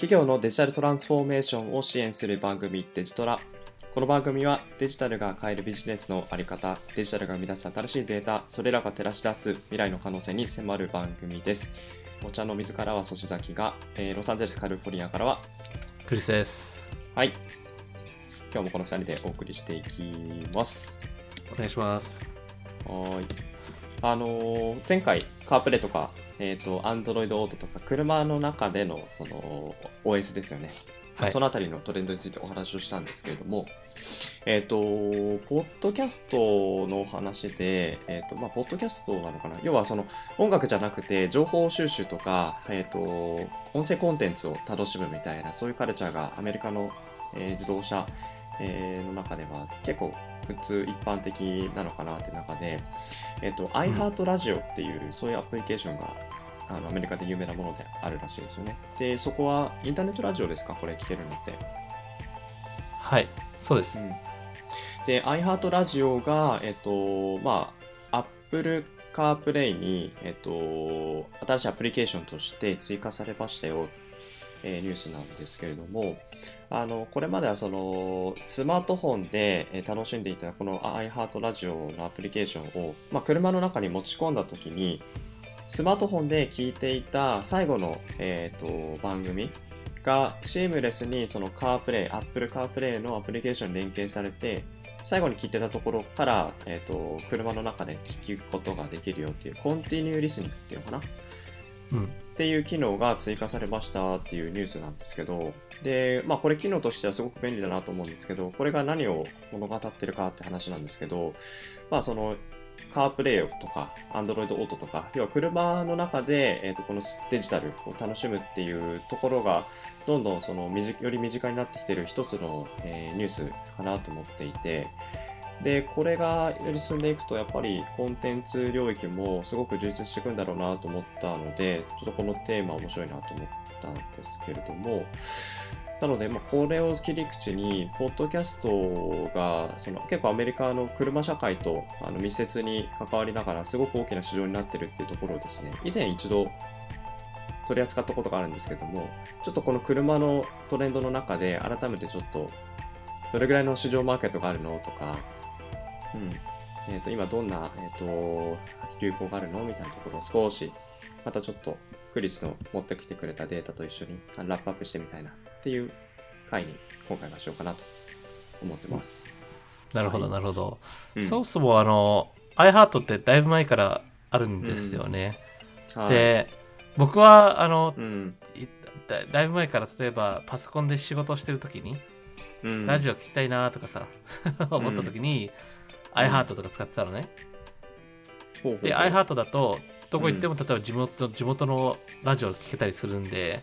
企業のデジタルトランスフォーメーションを支援する番組デジトラ。この番組はデジタルが変えるビジネスのあり方、デジタルが生み出す新しいデータ、それらが照らし出す未来の可能性に迫る番組です。お茶の水からは粗志崎が、ロサンゼルスカリフォルニアからはクリスです。 はい。今日もこの2人でお送りしていきます。 お願いします。 はい。前回カープレイとかAndroid Auto とか車の中でのその OS ですよね、はい、そのあたりのトレンドについてお話をしたんですけれども、ポッドキャストの話で、ポッドキャストなのかな、要はその音楽じゃなくて情報収集とか、音声コンテンツを楽しむみたいな、そういうカルチャーがアメリカの、自動車、の中では結構普通一般的なのかなっていう中で、iHeartRadio っていうそういうアプリケーションがアメリカで有名なものであるらしいですよね。で、そこはインターネットラジオですか、これ聞けるのって。 はい、そうです。 で、iHeartRadio が、Apple CarPlay に、新しいアプリケーションとして追加されましたよ。ニュースなんですけれども、これまではそのスマートフォンで楽しんでいたこの iHeartRadio のアプリケーションを、車の中に持ち込んだときに、スマートフォンで聞いていた最後の、番組がシームレスにそのCarPlay、Apple CarPlay のアプリケーションに連携されて、最後に聞いてたところから、車の中で聞くことができるよっていう、コンティニューリスニングっていうのかな、っていう機能が追加されましたっていうニュースなんですけど、で、これ機能としてはすごく便利だなと思うんですけど、これが何を物語ってるかって話なんですけど、そのカープレイとか Android Auto とか、要は車の中で、このデジタルを楽しむっていうところがどんどんそのより身近になってきている一つの、ニュースかなと思っていて、で、これがより進んでいくと、やっぱりコンテンツ領域もすごく充実していくんだろうなと思ったので、ちょっとこのテーマ面白いなと思ったんですけれども、なので、これを切り口に、ポッドキャストが結構アメリカの車社会と密接に関わりながら、すごく大きな市場になっているっていうところをですね、以前一度取り扱ったことがあるんですけども、ちょっとこの車のトレンドの中で、改めてちょっと、どれぐらいの市場マーケットがあるのとか、今どんな、流行があるのみたいなところを少しまたちょっとクリスの持ってきてくれたデータと一緒にラップアップしてみたいなっていう回に今回はしようかなと思ってます。 なるほど、なるほど。そもそもiHeart ってだいぶ前からあるんですよね。で、僕はだいぶ前から例えばパソコンで仕事をしてるときに、ラジオ聞きたいなとかさ思ったときに、iHeart とか使ってたのね。で、iHeart だとどこ行っても例えば地元のラジオを聞けたりするんで、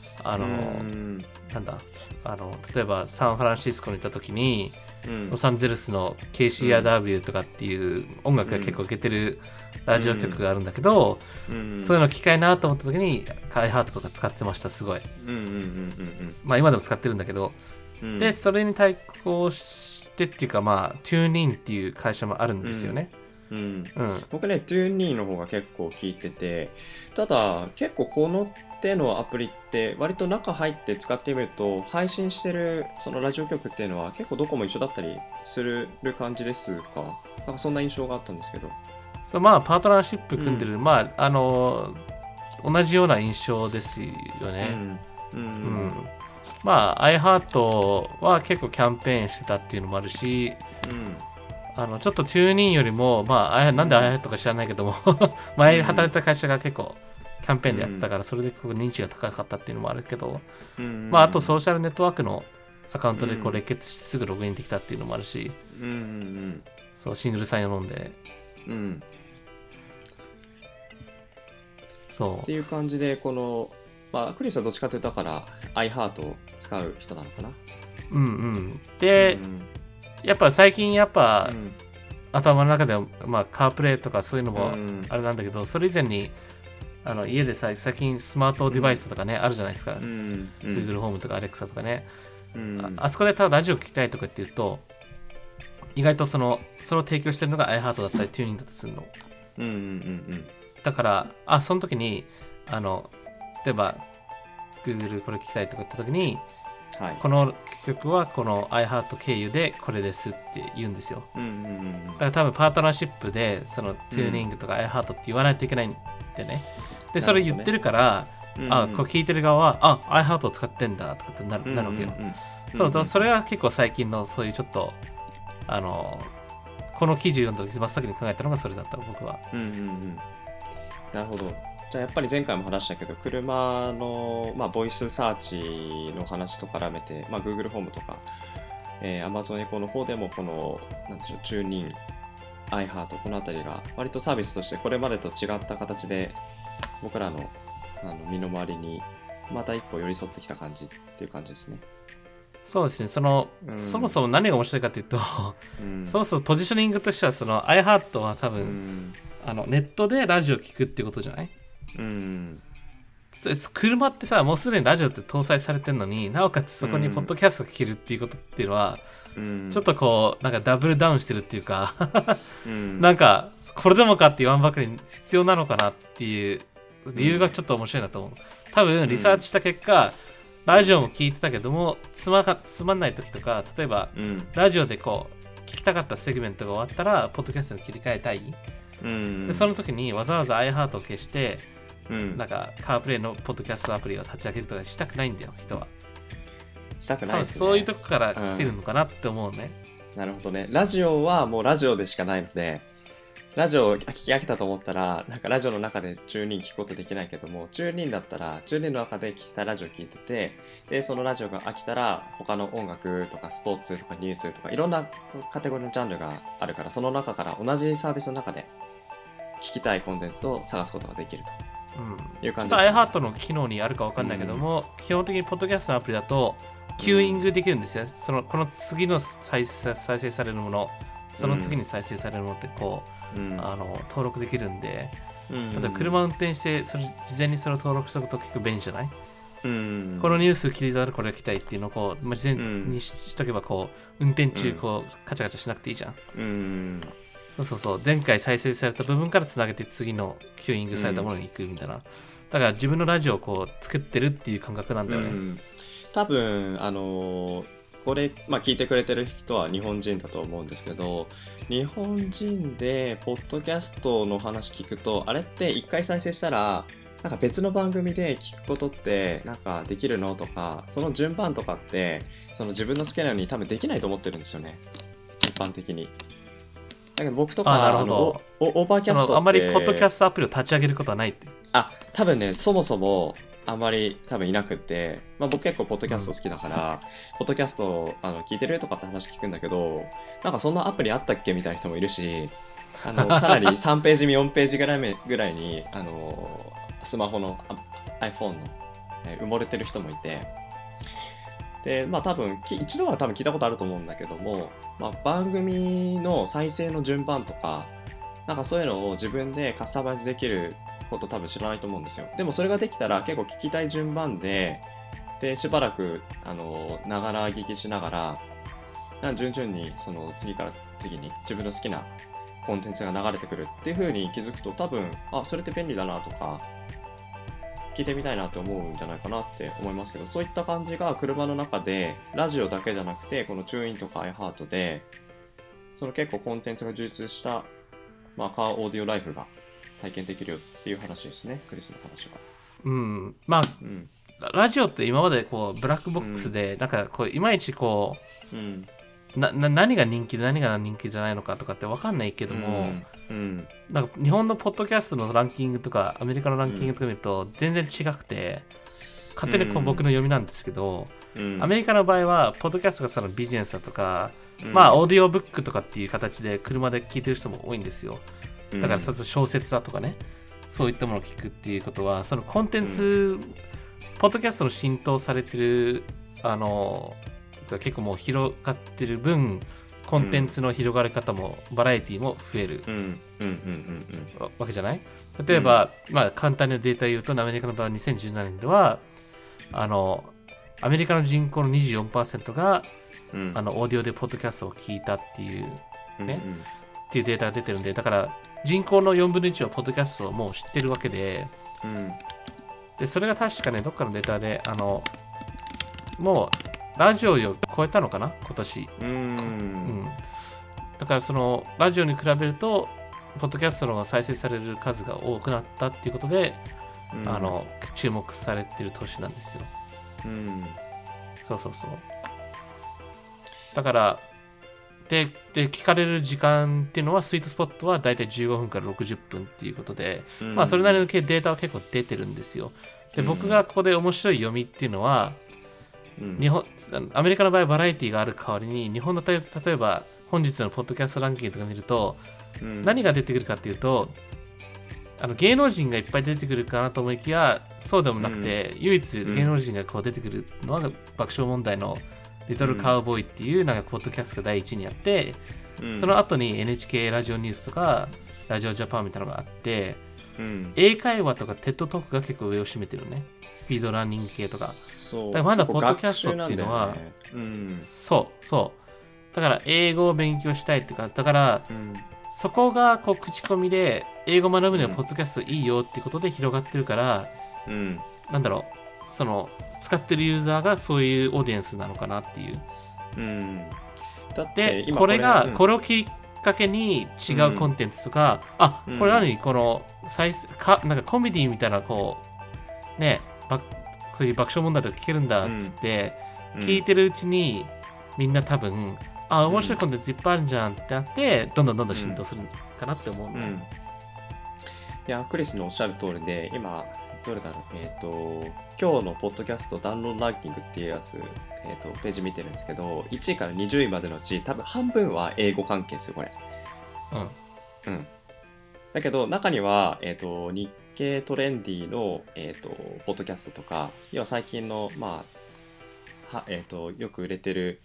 例えばサンフランシスコに行った時に、ロサンゼルスの KCRW とかっていう音楽が結構受けてるラジオ局があるんだけど、そういうの聞きたいなと思った時にiHeart とか使ってました。すごい。今でも使ってるんだけど、でそれに対抗してっていうかTuneIn っていう会社もあるんですよね。 僕ね、TuneIn の方が結構聞いてて、ただ結構この手のアプリって割と中入って使ってみると、配信してるそのラジオ局っていうのは結構どこも一緒だったりする感じですか？なんかそんな印象があったんですけど。 そう、パートナーシップ組んでる、同じような印象ですよね。iHeart は結構キャンペーンしてたっていうのもあるし、ちょっとTuneInよりも、なんでiHeart とか知らないけども前働いた会社が結構キャンペーンでやってたから、それで認知が高かったっていうのもあるけど、あとソーシャルネットワークのアカウントで列結してすぐログインできたっていうのもあるし、そうシングルサインを飲んで、そうっていう感じで、このクリスはどっちかというとだから iHeart を使う人なのかな。 で、やっぱ最近頭の中ではカープレイとかそういうのもあれなんだけど、それ以前に家で最近スマートデバイスとかね、あるじゃないですか。Google ホームとか Alexa とかね。あそこでただラジオ聞きたいとかって言うと、意外とそれを提供してるのが iHeart だったり TuneIn だったりするの。だからその時に例えば Google これ聞きたいとか言った時に、 はい、 この曲はこの iHeart 経由でこれですって言うんですよ。だから多分パートナーシップでそのチューニングとか iHeart って言わないといけないんでね。でそれ言ってるから、これ聞いてる側はiHeart を使ってんだとかってなるわけよ。そうそう、それは結構最近のそういうちょっとこの記事を読んだ時真っ先に考えたのがそれだったの僕は。 なるほど。じゃあやっぱり前回も話したけど、車の、ボイスサーチの話と絡めて、Google ホームとか、Amazon エコの方でもこのなんでしょう、チューニング、iHeart、このあたりが割とサービスとしてこれまでと違った形で僕らの身の回りにまた一歩寄り添ってきた感じっていう感じですね。 そうですね。そもそも何が面白いかというと、そもそもポジショニングとしてはその iHeart は多分、ネットでラジオ聞くっていうことじゃない？車ってさ、もうすでにラジオって搭載されてるのに、なおかつそこにポッドキャストが聞けるっていうことっていうのは、ちょっとこうなんかダブルダウンしてるっていうかなんかこれでもかって言わんばかりに必要なのかなっていう理由がちょっと面白いなと思う。多分リサーチした結果、ラジオも聞いてたけどもつまんない時とか、例えば、ラジオでこう聞きたかったセグメントが終わったらポッドキャストに切り替えたい、でその時にわざわざ iHeart を消して、なんかカープレイのポッドキャストアプリを立ち上げるとかしたくないんだよ、人は。 したくないですね。 そういうとこから来てるのかなって思うね。 なるほどね。ラジオはもうラジオでしかないので、ラジオ聞き飽きたと思ったら、なんかラジオの中でチューニング聞くことできないけども、チューニングだったら、チューニングの中で聞きたいラジオ聞いてて、で、そのラジオが飽きたら、他の音楽とかスポーツとかニュースとか、いろんなカテゴリーのジャンルがあるから、その中から同じサービスの中で聞きたいコンテンツを探すことができるという感じですね。 iHeart の機能にあるか分かんないけども、基本的にポッドキャストのアプリだと、キューイングできるんですよ。この次の再生されるもの、その次に再生されるものってこう、登録できるんで、例えば車運転して事前にそれを登録しておくと結構便利じゃない？このニュース聞いたらこれ聞きたいっていうのをこう、事前にしとけばこう運転中こうカチャカチャしなくていいじゃん。そう前回再生された部分からつなげて次のキューイングされたものに行くみたいな。だから自分のラジオをこう作ってるっていう感覚なんだよね。 多分これ、聞いてくれてる人は日本人だと思うんですけど、日本人でポッドキャストの話聞くと、あれって一回再生したらなんか別の番組で聞くことってなんかできるのとか、その順番とかってその自分の好きなように多分できないと思ってるんですよね、一般的に。だけど僕とかオーバーキャストってあんまりポッドキャストアプリを立ち上げることはないって。 多分ね、そもそもあんまり多分いなくって、僕結構ポッドキャスト好きだから、ポッドキャスト聞いてるとかって話聞くんだけど、なんかそんなアプリあったっけみたいな人もいるし、かなり3ページ目4ページぐらいにスマホの iPhone の、埋もれてる人もいて、で多分一度は多分聞いたことあると思うんだけども、番組の再生の順番とかなんかそういうのを自分でカスタマイズできること多分知らないと思うんですよ。でもそれができたら結構聞きたい順番でしばらくながら聞きしながら順々にその次から次に自分の好きなコンテンツが流れてくるっていう風に気づくと、多分それって便利だなとか聞いてみたいなって思うんじゃないかなって思いますけど、そういった感じが車の中でラジオだけじゃなくてこのチューインとか iHeart でその結構コンテンツが充実したカーオーディオライフが体験できるよっていう話ですね、クリスの話は。 ラジオって今までこうブラックボックスで、なんかこういまいちこう、何が人気で何が人気じゃないのかとかって分かんないけども、なんか日本のポッドキャストのランキングとかアメリカのランキングとか見ると全然違くて、勝手にこう僕の読みなんですけど、アメリカの場合はポッドキャストがそのビジネスだとか、オーディオブックとかっていう形で車で聞いてる人も多いんですよ。だから小説だとかね、そういったものを聞くっていうことは、そのコンテンツ、ポッドキャストの浸透されてる結構もう広がってる分、コンテンツの広がり方もバラエティも増えるわけじゃない？例えば、簡単なデータ言うと、アメリカの場合2017年ではアメリカの人口の 24% が、オーディオでポッドキャストを聞いたっていうね、っていうデータが出てるんで、だから人口の4分の1はポッドキャストをもう知ってるわけで、 でそれが確かねどっかのデータでもうラジオを超えたのかな今年。だからそのラジオに比べるとポッドキャストの方が再生される数が多くなったっていうことで、注目されてる年なんですよ。そうだからで聞かれる時間っていうのはスイートスポットはだいたい15分から60分っていうことで、まあそれなりのデータは結構出てるんですよ。で僕がここで面白い読みっていうのは、アメリカの場合バラエティがある代わりに日本の例えば本日のポッドキャストランキングとか見ると、何が出てくるかっていうと芸能人がいっぱい出てくるかなと思いきやそうでもなくて、唯一芸能人がこう出てくるのは爆笑問題のリトルカウボーイっていうなんかポッドキャストが第一にあって、その後に NHK ラジオニュースとかラジオジャパンみたいなのがあって、英会話とかテッドトークが結構上を占めてるね。スピードランニング系とか。だからまだポッドキャストっていうのは、そうだから英語を勉強したいっていうか、だから、そこがこう口コミで英語学ぶにはポッドキャストいいよっていうことで広がってるから、なんだろう、その使ってるユーザーがそういうオーディエンスなのかなっていう。 だってでこれをきっかけに違うコンテンツとか、これ何このなんかコメディみたいなこうねそういう爆笑問題とか聞けるんだっつって、聞いてるうちにみんな多分面白いコンテンツいっぱいあるじゃんってなってどんどん浸透するかなって思う、 いやクリスのおっしゃる通りで、今どれだろう、今日のポッドキャストダウンロードランキングっていうやつ、ページ見てるんですけど、1位から20位までのうち多分半分は英語関係ですよこれ。だけど中には、日経トレンディの、ポッドキャストとか、要は最近のよく売れてる、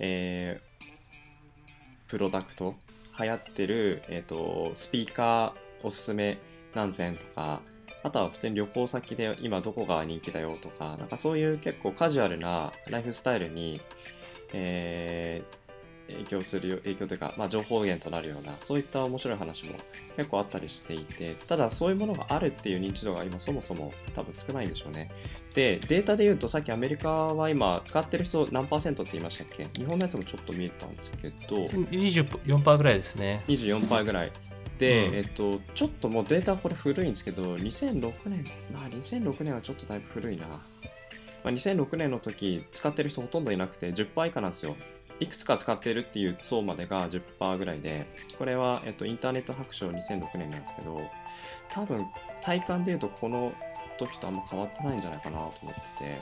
プロダクト流行ってる、スピーカーおすすめ何千とか、あとは普通に旅行先で今どこが人気だよとか、なんかそういう結構カジュアルなライフスタイルに、影響というか、情報源となるようなそういった面白い話も結構あったりしていて、ただそういうものがあるっていう認知度が今そもそも多分少ないんでしょうね。でデータで言うと、さっきアメリカは今使ってる人何%って言いましたっけ？日本のやつもちょっと見えたんですけど 24% ぐらいですね。 24% ぐらいで、ちょっともうデータこれ古いんですけど、2006年はちょっとだいぶ古いな。2006年の時使ってる人ほとんどいなくて 10% 以下なんですよ。いくつか使っているっていう層までが 10% ぐらいで、これは、インターネット白書2006年なんですけど、多分体感でいうとこの時とあんま変わってないんじゃないかなと思ってて。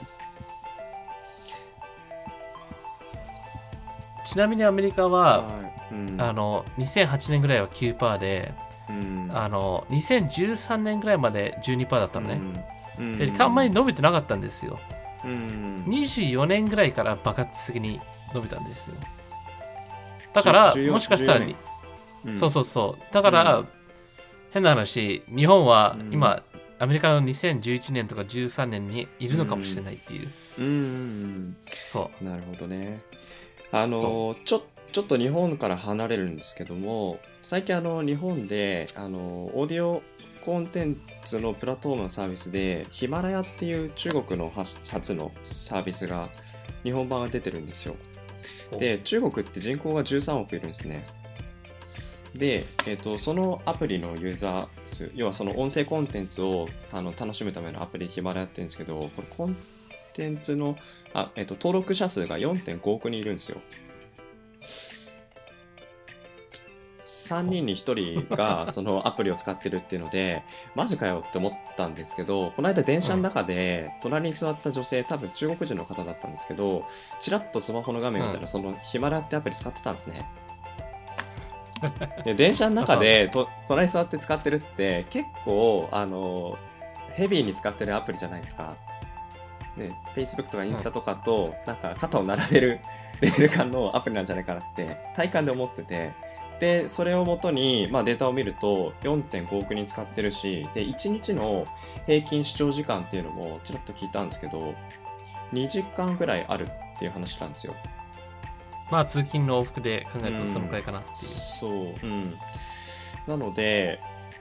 ちなみにアメリカは、2008年ぐらいは 9% で、2013年ぐらいまで 12% だったのね。であんまり伸びてなかったんですよ。24年ぐらいから爆発的に伸びたんですよ。だからもしかしたらそうだから、変な話、日本は今、アメリカの2011年とか13年にいるのかもしれないっていう。 そうなるほどね。ちょっと日本から離れるんですけども、最近日本でオーディオコンテンツのプラットフォームのサービスでヒマラヤっていう中国の初のサービスが日本版が出てるんですよ。で中国って人口が13億いるんですね。で、そのアプリのユーザー数、要はその音声コンテンツを楽しむためのアプリヒマラヤってるんですけど、これコンテンツの登録者数が 4.5 億人いるんですよ。3人に1人がそのアプリを使ってるっていうのでマジかよって思ったんですけど、この間電車の中で隣に座った女性、多分中国人の方だったんですけど、ちらっとスマホの画面見たらそのヒマラヤってアプリ使ってたんですね。で電車の中で隣に座って使ってるって結構ヘビーに使ってるアプリじゃないですか。ね、Facebook とかインスタとかとなんか肩を並べるレベル感のアプリなんじゃないかなって体感で思ってて、でそれをもとに、データを見ると 4.5 億人使ってるし、で1日の平均視聴時間っていうのもちらっと聞いたんですけど2時間ぐらいあるっていう話なんですよ。 通勤の往復で考えるとそのくらいかなっていう。 そう、なので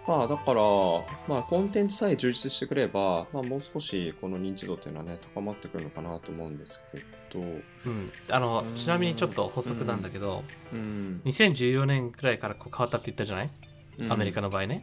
だから、コンテンツさえ充実してくれば、もう少しこの認知度っていうのはね、高まってくるのかなと思うんですけど。 ちなみにちょっと補足なんだけど、2014年くらいからこう変わったって言ったじゃない、アメリカの場合ね。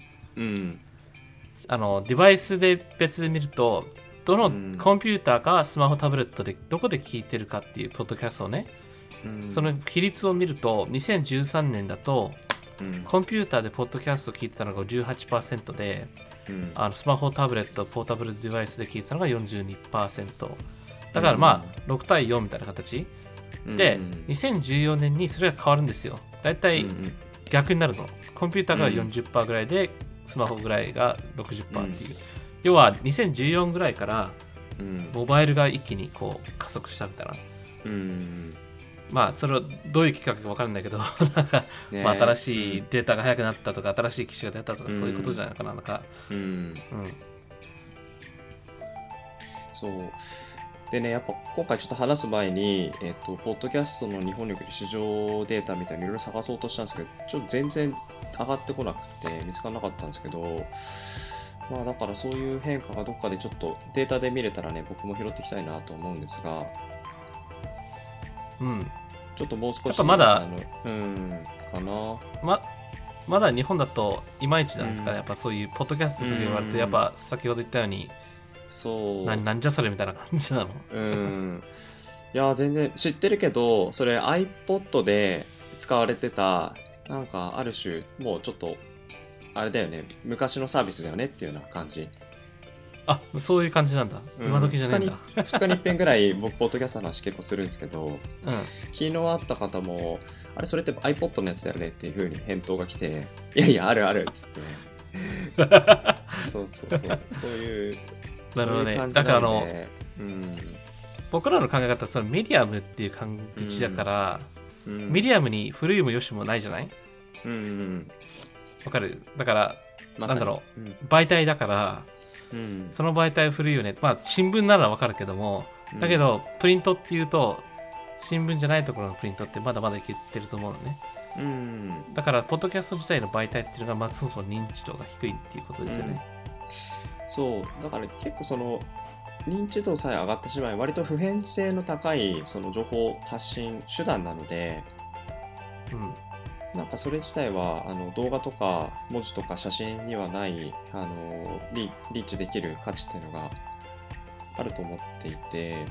デバイスで別で見ると、どのコンピューターかスマホタブレットでどこで聞いてるかっていうポッドキャストをね、その比率を見ると、2013年だと、コンピューターでポッドキャストを聞いてたのが 18% で、スマホタブレット、ポータブルデバイスで聞いてたのが 42%。だから6対4みたいな形。で、2014年にそれが変わるんですよ。だいたい逆になるの。コンピューターが 40% ぐらいで、スマホぐらいが 60% っていう。要は2014ぐらいからモバイルが一気にこう加速したみたいな。それはどういうきっかけか分からないけど、なんか、新しいデータが速くなったとか、新しい機種が出たとか、そういうことじゃないかな。 そう。でね、やっぱ今回ちょっと話す前に、ポッドキャストの日本における市場データみたいにいろいろ探そうとしたんですけど、ちょっと全然上がってこなくて見つからなかったんですけど、だからそういう変化がどっかでちょっとデータで見れたらね、僕も拾っていきたいなと思うんですが、ちょっともう少しやっぱまだかな。 まだ日本だといまいちなんですかね。やっぱそういうポッドキャストとか言われて、やっぱ先ほど言ったように、なんじゃそれみたいな感じなの。 いや全然知ってるけど、それ iPod で使われてたなんかある種もうちょっとあれだよね、昔のサービスだよねっていうような感じ。 そういう感じなんだ。今時じゃないんだ。 2日に1遍ぐらい僕ポッドキャストの話結構するんですけど、昨日会った方もあれそれって iPod のやつだよねっていう風に返答が来て、いやいやあるあるっつってそういうなるほどね。だから僕らの考え方はそのミディアムっていう感じだから、ミディアムに古いもよしもないじゃない。わかる。だから、なんだろう、媒体だから、その媒体古いよね。新聞ならわかるけども、だけどプリントっていうと、新聞じゃないところのプリントってまだまだいけてると思うのね。だからポッドキャスト自体の媒体っていうのがそもそも認知度が低いっていうことですよね。 そうだから結構その認知度さえ上がってしまえば割と普遍性の高いその情報発信手段なので、なんかそれ自体は動画とか文字とか写真にはないリーチできる価値っていうのがあると思っていて、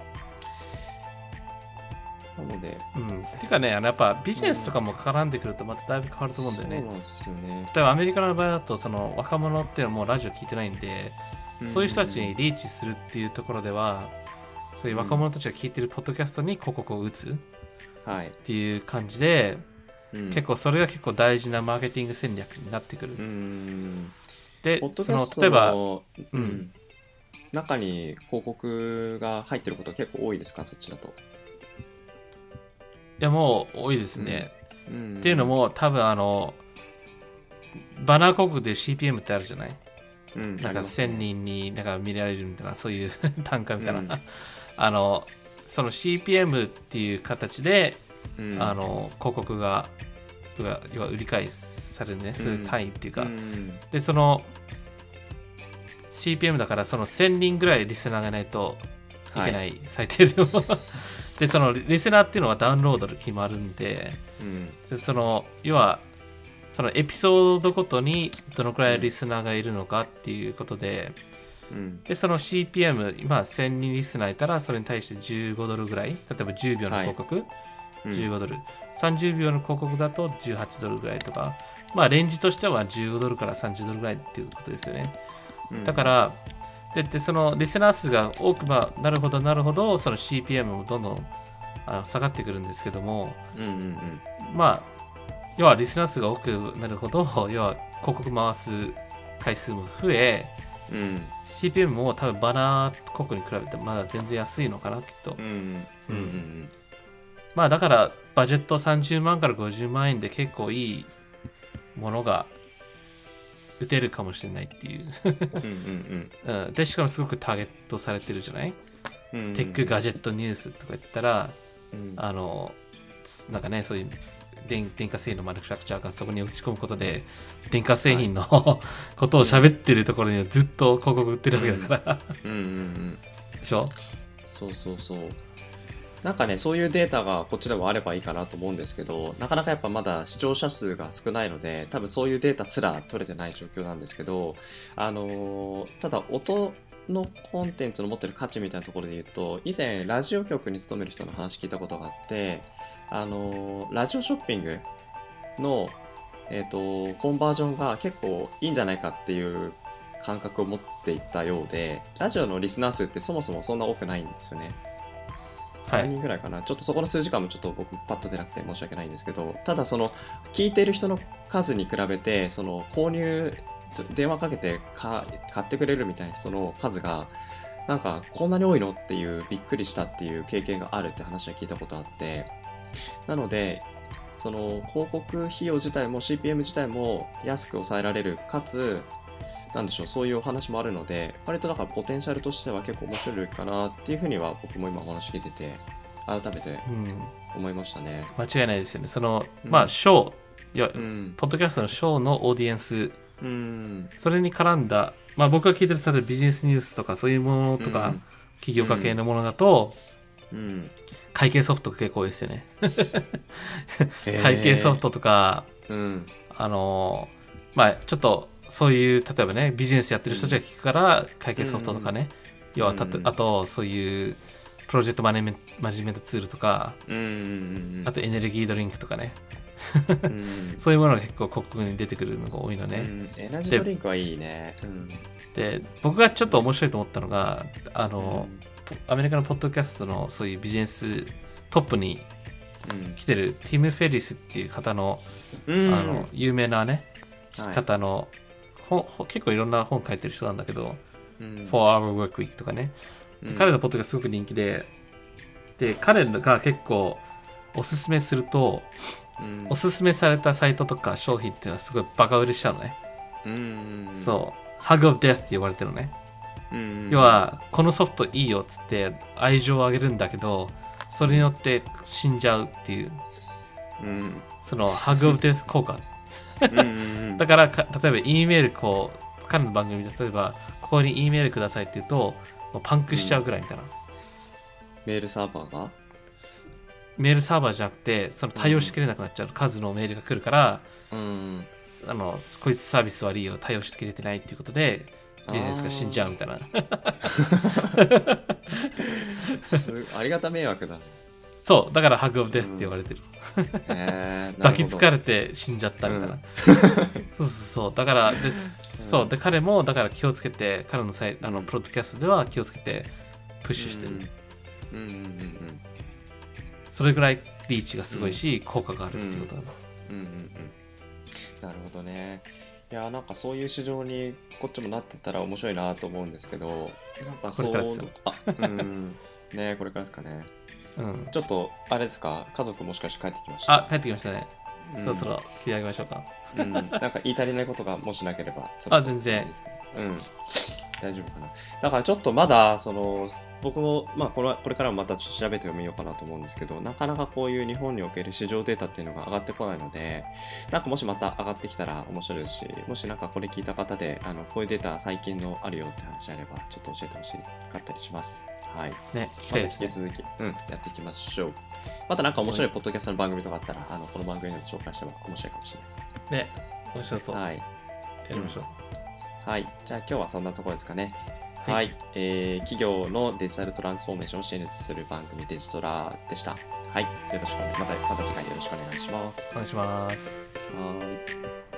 なので、 てかね、やっぱビジネスとかも絡んでくるとまただいぶ変わると思うんだよね。 そうなんですよね。 例えばアメリカの場合だとその若者っていうのはもうラジオ聞いてないんで、そういう人たちにリーチするっていうところでは、そういう若者たちが聞いてるポッドキャストに広告を打つっていう感じで、結構それが結構大事なマーケティング戦略になってくる。で、その例えば、 中に広告が入ってること結構多いですか、そっちだと。いやもう多いですね。っていうのも多分バナー広告で CPM ってあるじゃない。なんか1000人になんか見られるみたいな、そういう単価みたいな、その CPM っていう形で、広告が要は売り買いされるね、そういう単位っていうか、でその CPM だからその1000人ぐらいリスナーがないといけない、最低でもでそのリスナーっていうのはダウンロードで決まるんで、でその要はそのエピソードごとにどのくらいリスナーがいるのかっていうことで、でその CPM 今1000人リスナーいたらそれに対して15ドルぐらい、例えば10秒の広告、15ドル、30秒の広告だと18ドルぐらいとか、レンジとしては15ドルから30ドルぐらいっていうことですよね。だからでそのリスナー数が多くなるほどその CPM もどんどん下がってくるんですけども、要はリスナー数が多くなるほど、要は広告回す回数も増え、CPM も多分バナー広告に比べてまだ全然安いのかな、きっと。だからバジェット30万から50万円で結構いいものが打てるかもしれないっていうでしかもすごくターゲットされてるじゃない。テックガジェットニュースとか言ったら、なんかね、そういう電化製品のマヌファクチャーがそこに打ち込むことで電化製品の、はい、ことを喋ってるところにはずっと広告売ってるわけだから、でしょ。 そうなんかね、そういうデータがこっちでもあればいいかなと思うんですけど、なかなかやっぱまだ視聴者数が少ないので、多分そういうデータすら取れてない状況なんですけど、ただ音のコンテンツの持ってる価値みたいなところで言うと、以前ラジオ局に勤める人の話聞いたことがあって、ラジオショッピングの、コンバージョンが結構いいんじゃないかっていう感覚を持っていたようで、ラジオのリスナー数ってそもそもそんな多くないんですよね。何人ぐらいかな、ちょっとそこの数時間もちょっと僕パッと出なくて申し訳ないんですけど、ただその聞いてる人の数に比べてその購入電話かけて買ってくれるみたいな人の数がなんかこんなに多いのっていうびっくりしたっていう経験があるって話は聞いたことあって、なのでその広告費用自体も CPM 自体も安く抑えられる、かつなんでしょう、そういうお話もあるので、割とだからポテンシャルとしては結構面白いかなっていうふうには僕も今お話聞いてて改めて思いましたね。 間違いないですよね。その、まあショーポッドキャストのショーのオーディエンス、それに絡んだ、まあ僕が聞いてる例えばビジネスニュースとかそういうものとか、企業家系のものだと、会計ソフトが結構多いですよね。会計ソフトとか、まあちょっとそういう例えばねビジネスやってる人たちが聞くから会計ソフトとかね、要はあとそういうプロジェクトマネジメントツールとか、あとエネルギードリンクとかね、そういうものが結構広告に出てくるのが多いのね。 エナジードリンクはいいね。 で僕がちょっと面白いと思ったのがアメリカのポッドキャストのそういうビジネストップに来てるティム・フェリスっていう方の、有名なね方の、結構いろんな本書いてる人なんだけど、4 Hour Work Week とかね、彼のポッドがすごく人気で、彼が結構おすすめすると、おすすめされたサイトとか商品っていうのはすごいバカ売れしちゃうのね。そう、Hug of Death って呼ばれてるのね。要はこのソフトいいよっつって愛情をあげるんだけど、それによって死んじゃうっていう、その Hug of Death 効果。だから例えば E メールこう彼の番組で例えばここに E メールくださいって言うともうパンクしちゃうぐらいみたいな、 メールサーバーがメールサーバーじゃなくてその対応しきれなくなっちゃう、数のメールが来るから、こいつサービス悪いよ対応しきれてないっていうことでビジネスが死んじゃうみたいなありがた迷惑だね。 そうだからハグオブデスって言われてる、抱きつかれて死んじゃったみたいな、そうだからそうで彼もだから気をつけて彼のプロッドキャストでは気をつけてプッシュしてる、それぐらいリーチがすごいし、効果があるっていうことだな。 なるほどね。いやなんかそういう市場にこっちもなってったら面白いなと思うんですけど、なんかそうこれからですよ。 ね、これからですかね。ちょっとあれですか、家族もしかして帰ってきました？ 帰ってきましたね。そろそろ切り上げましょうか。 なんか言い足りないことがもしなければ全然大丈夫かな。だからちょっとまだ僕もこれからもまた調べてみようかなと思うんですけど、なかなかこういう日本における市場データっていうのが上がってこないので、なんかもしまた上がってきたら面白いし、もしなんかこれ聞いた方でこういうデータ最近のあるよって話あればちょっと教えてほしかったりします。はい。 ね、 また引き続き、やっていきましょう。またなんか面白いポッドキャストの番組とかあったら、この番組で紹介しても面白いかもしれないですね。面白そう。 はい。 やりましょう。 はい。じゃあ今日はそんなところですかね。はい。企業のデジタルトランスフォーメーションを支援する番組デジトラでした。はい。よろしくまた次回よろしくお願いします。 お願いします。 はい。